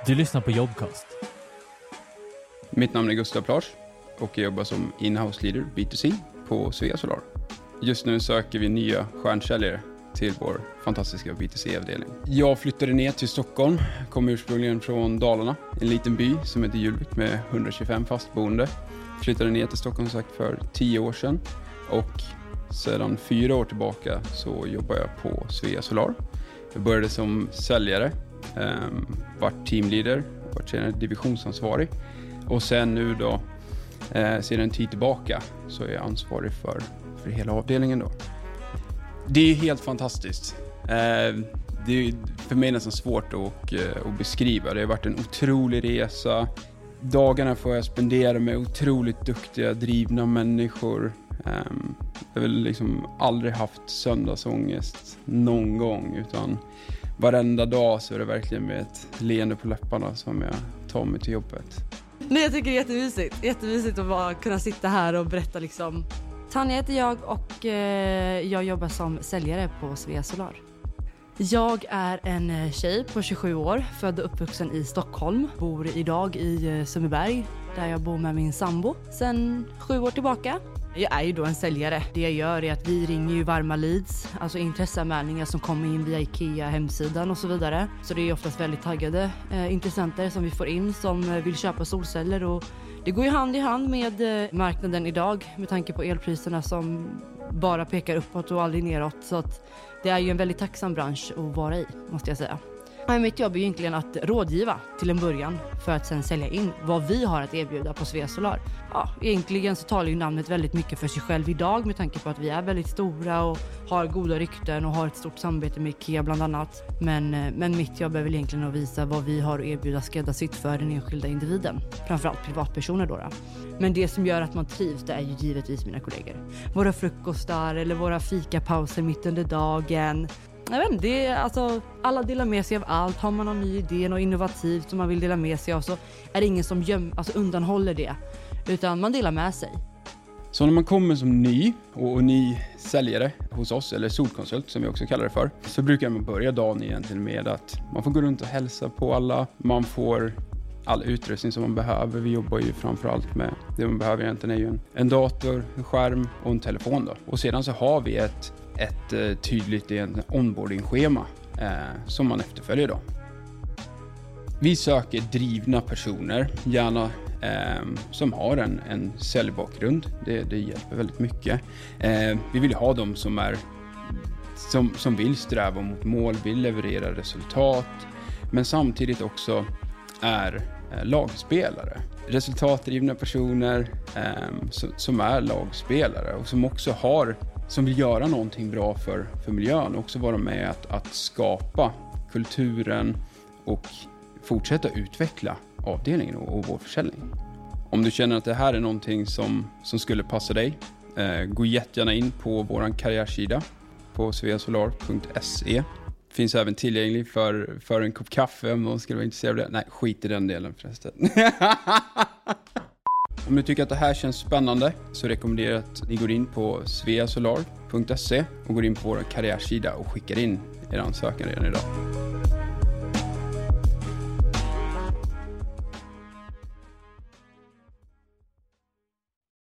Du lyssnar på Jobcast. Mitt namn är Gustav Plars och jag jobbar som in-house leader B2C på Svea Solar. Just nu söker vi nya stjärnsäljare till vår fantastiska B2C-avdelning. Jag flyttade ner till Stockholm, kom ursprungligen från Dalarna, en liten by som heter Hjulvik med 125 fastboende. Flyttade ner till Stockholm sagt för 10 år sedan och sedan 4 år tillbaka så jobbar jag på Svea Solar. Jag började som säljare, vart teamleader, vart senare divisionsansvarig och sen nu då sedan en tid tillbaka så är jag ansvarig för hela avdelningen då. Det är helt fantastiskt. Det är för mig nästan svårt att beskriva. Det har varit en otrolig resa. Dagarna får jag spendera med otroligt duktiga, drivna människor. Jag har väl liksom aldrig haft söndagsångest någon gång, utan varenda dag så är det verkligen med ett leende på läpparna som jag tar mig till jobbet. Nej, jag tycker det är jättemysigt att bara kunna sitta här och berätta liksom. Tanja heter jag och jag jobbar som säljare på Svea Solar. Jag är en tjej på 27 år, född och uppvuxen i Stockholm. Bor idag i Sundbyberg där jag bor med min sambo sedan 7 år tillbaka. Jag är ju då en säljare. Det jag gör är att vi ringer ju varma leads, alltså intresseanmälningar som kommer in via IKEA, hemsidan och så vidare. Så det är oftast väldigt taggade intressenter som vi får in som vill köpa solceller, och det går ju hand i hand med marknaden idag med tanke på elpriserna som bara pekar uppåt och aldrig neråt. Så att det är ju en väldigt tacksam bransch att vara i, måste jag säga. Mitt jobb är ju egentligen att rådgiva till en början för att sen sälja in vad vi har att erbjuda på Svea Solar. Ja, egentligen så talar ju namnet väldigt mycket för sig själv idag med tanke på att vi är väldigt stora och har goda rykten och har ett stort samarbete med IKEA bland annat. Men mitt jobb är väl egentligen att visa vad vi har att erbjuda skräddarsytt för den enskilda individen. Framförallt privatpersoner då. Men det som gör att man trivs, det är ju givetvis mina kollegor. Våra frukostar eller våra fikapauser mitt under dagen. Jag vet inte, det är, alltså, alla delar med sig av allt. Har man någon ny idé och innovativt som man vill dela med sig av, så är det ingen som undanhåller det. Utan man delar med sig. Så när man kommer som ny och ny säljare hos oss, eller solkonsult som vi också kallar det för, så brukar man börja dagen egentligen med att man får gå runt och hälsa på alla. Man får all utrustning som man behöver. Vi jobbar ju framförallt med det man behöver egentligen är ju en dator, en skärm och en telefon då. Och sedan så har vi ett tydligt onboarding-schema som man efterföljer då. Vi söker drivna personer, gärna som har en säljbakgrund. Det hjälper väldigt mycket. Vi vill ha dem som vill sträva mot mål, vill leverera resultat, men samtidigt också är lagspelare. Resultatdrivna personer som är lagspelare och som också som vill göra någonting bra för miljön och också vara med att skapa kulturen och fortsätta utveckla avdelningen och vår försäljning. Om du känner att det här är någonting som skulle passa dig, gå jättegärna in på vår karriärsida på sveasolar.se. Finns även tillgänglig för en kopp kaffe om någon skulle vara intresserad av det. Nej, skit i den delen förresten. Om du tycker att det här känns spännande så rekommenderar jag att ni går in på sveasolar.se och går in på vår karriärsida och skickar in er ansökan redan idag.